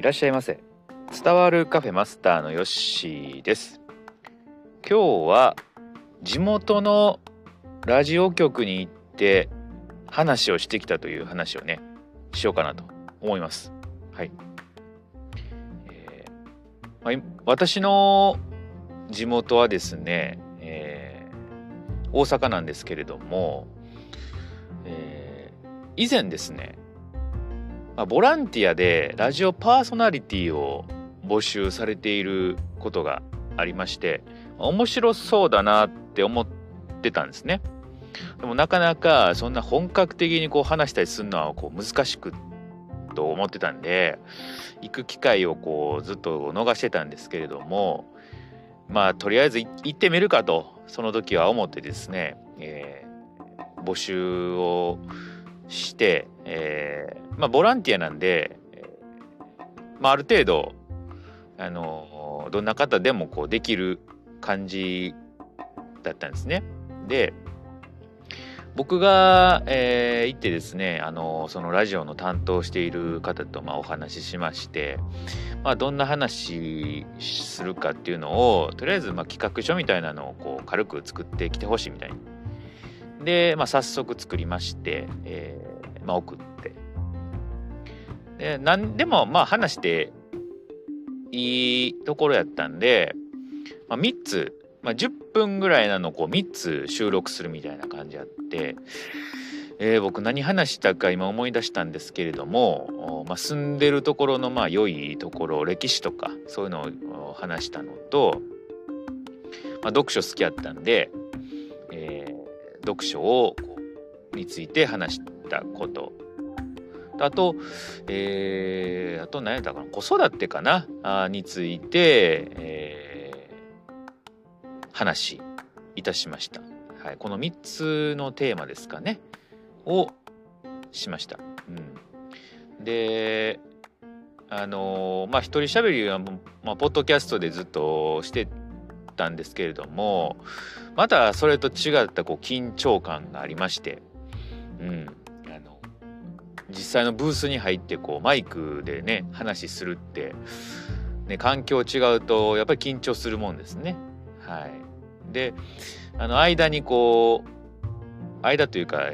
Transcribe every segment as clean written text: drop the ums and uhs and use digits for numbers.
らっしゃいませ。伝わるカフェマスターのヨッシーです。今日は地元のラジオ局に行って話をしてきたという話をねしようかなと思います。はい。私の地元はですね、大阪なんですけれども、以前ですね、ボランティアでラジオパーソナリティを募集されていることがありまして、面白そうだなって思ってたんですね。でもなかなかそんな本格的に話したりするのは難しくと思ってたんで、行く機会をずっと逃してたんですけれども、とりあえず行ってみるかとその時は思ってですね、募集をして、ボランティアなんで、ある程度どんな方でもできる感じだったんですね。で、僕が、行ってですね、そのラジオの担当している方とお話ししまして、どんな話するかっていうのをとりあえず企画書みたいなのを軽く作ってきてほしいみたいに。で、早速作りまして、送って。で、何でも話していいところやったんで、3つ、10分ぐらいなのを3つ収録するみたいな感じあって、僕何話したか今思い出したんですけれども、住んでるところの良いところ、歴史とかそういうのを話したのと、読書好きやったんで、読書について話したこと、あと何やったかな、子育てかなについて、話いたしました。はい、この3つのテーマですかねをしました。で、一人喋りはポッドキャストでずっとしてたんですけれども、またそれと違った緊張感がありまして、実際のブースに入ってマイクでね話するってね、環境違うとやっぱり緊張するもんですね。はい。で、間に間というか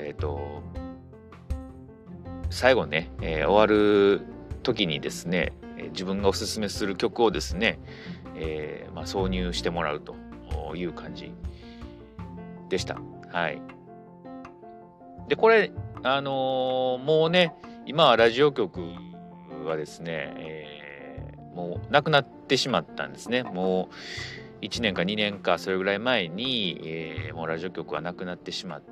最後ね、終わる時にですね、自分がおすすめする曲をですね、挿入してもらうという感じでした。はい。で、これもうね、今はラジオ局はですね、もうなくなってしまったんですね。もう1年か2年かそれぐらい前に、もうラジオ局はなくなってしまって、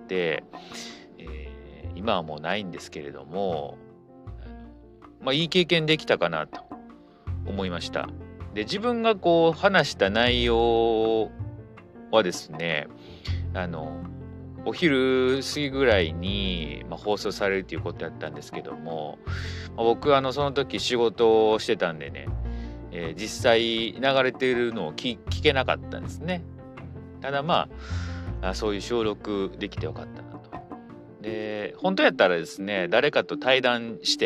今はもうないんですけれども、いい経験できたかなと思いました。で、自分が話した内容はですね、お昼過ぎぐらいに、放送されるということやったんですけども、僕その時仕事をしてたんでね、実際流れているのを聞けなかったんですね。ただそういう収録できてよかったなと。で、本当やったらですね、誰かと対談して、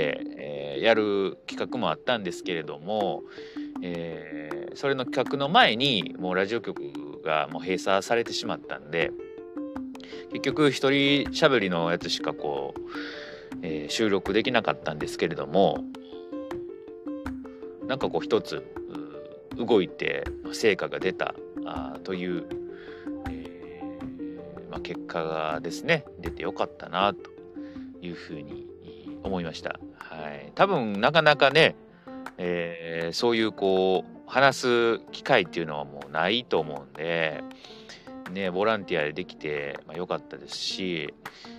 やる企画もあったんですけれども、それの企画の前にもうラジオ局がもう閉鎖されてしまったんで、結局一人喋りのやつしか収録できなかったんですけれども、なんか一つ動いて成果が出たという、結果がですね出てよかったなというふうに思いました。はい、多分なかなかね、そういう話す機会っていうのはもうないと思うんでね、ボランティアでできてよかったですし、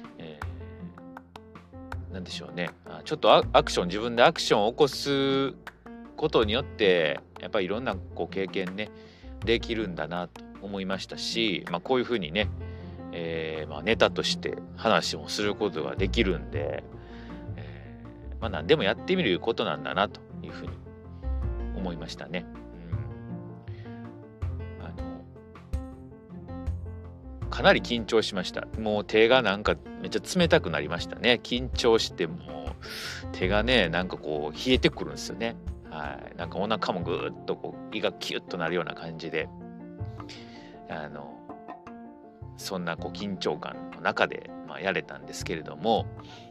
なんでしょうね、ちょっと自分でアクションを起こすことによってやっぱりいろんな経験ねできるんだなと思いましたし、こういうふうにね、ネタとして話もすることができるんで、何でもやってみることなんだなというふうに思いましたね。かなり緊張しました。もう手がなんかめっちゃ冷たくなりましたね。緊張してもう手がねなんか冷えてくるんですよね。 はい、なんかお腹もぐーっとこう胃がキュッとなるような感じで、そんなこう緊張感の中で、やれたんですけれども、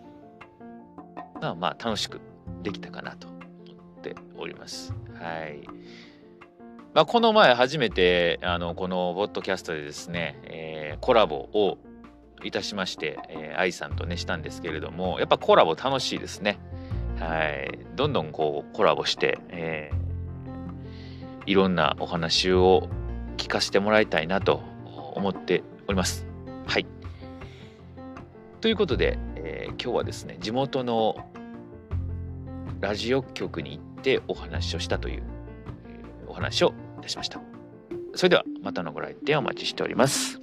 まあ楽しくできたかなと思っております。はい。この前初めてこのポッドキャストでですね、コラボをいたしまして、愛さんとねしたんですけれども、やっぱコラボ楽しいですね。はい。どんどんこうコラボして、いろんなお話を聞かせてもらいたいなと思っております。はい。ということで、今日はですね、地元のラジオ局に行ってお話をしたという、お話をいたしました。それではまたのご来店お待ちしております。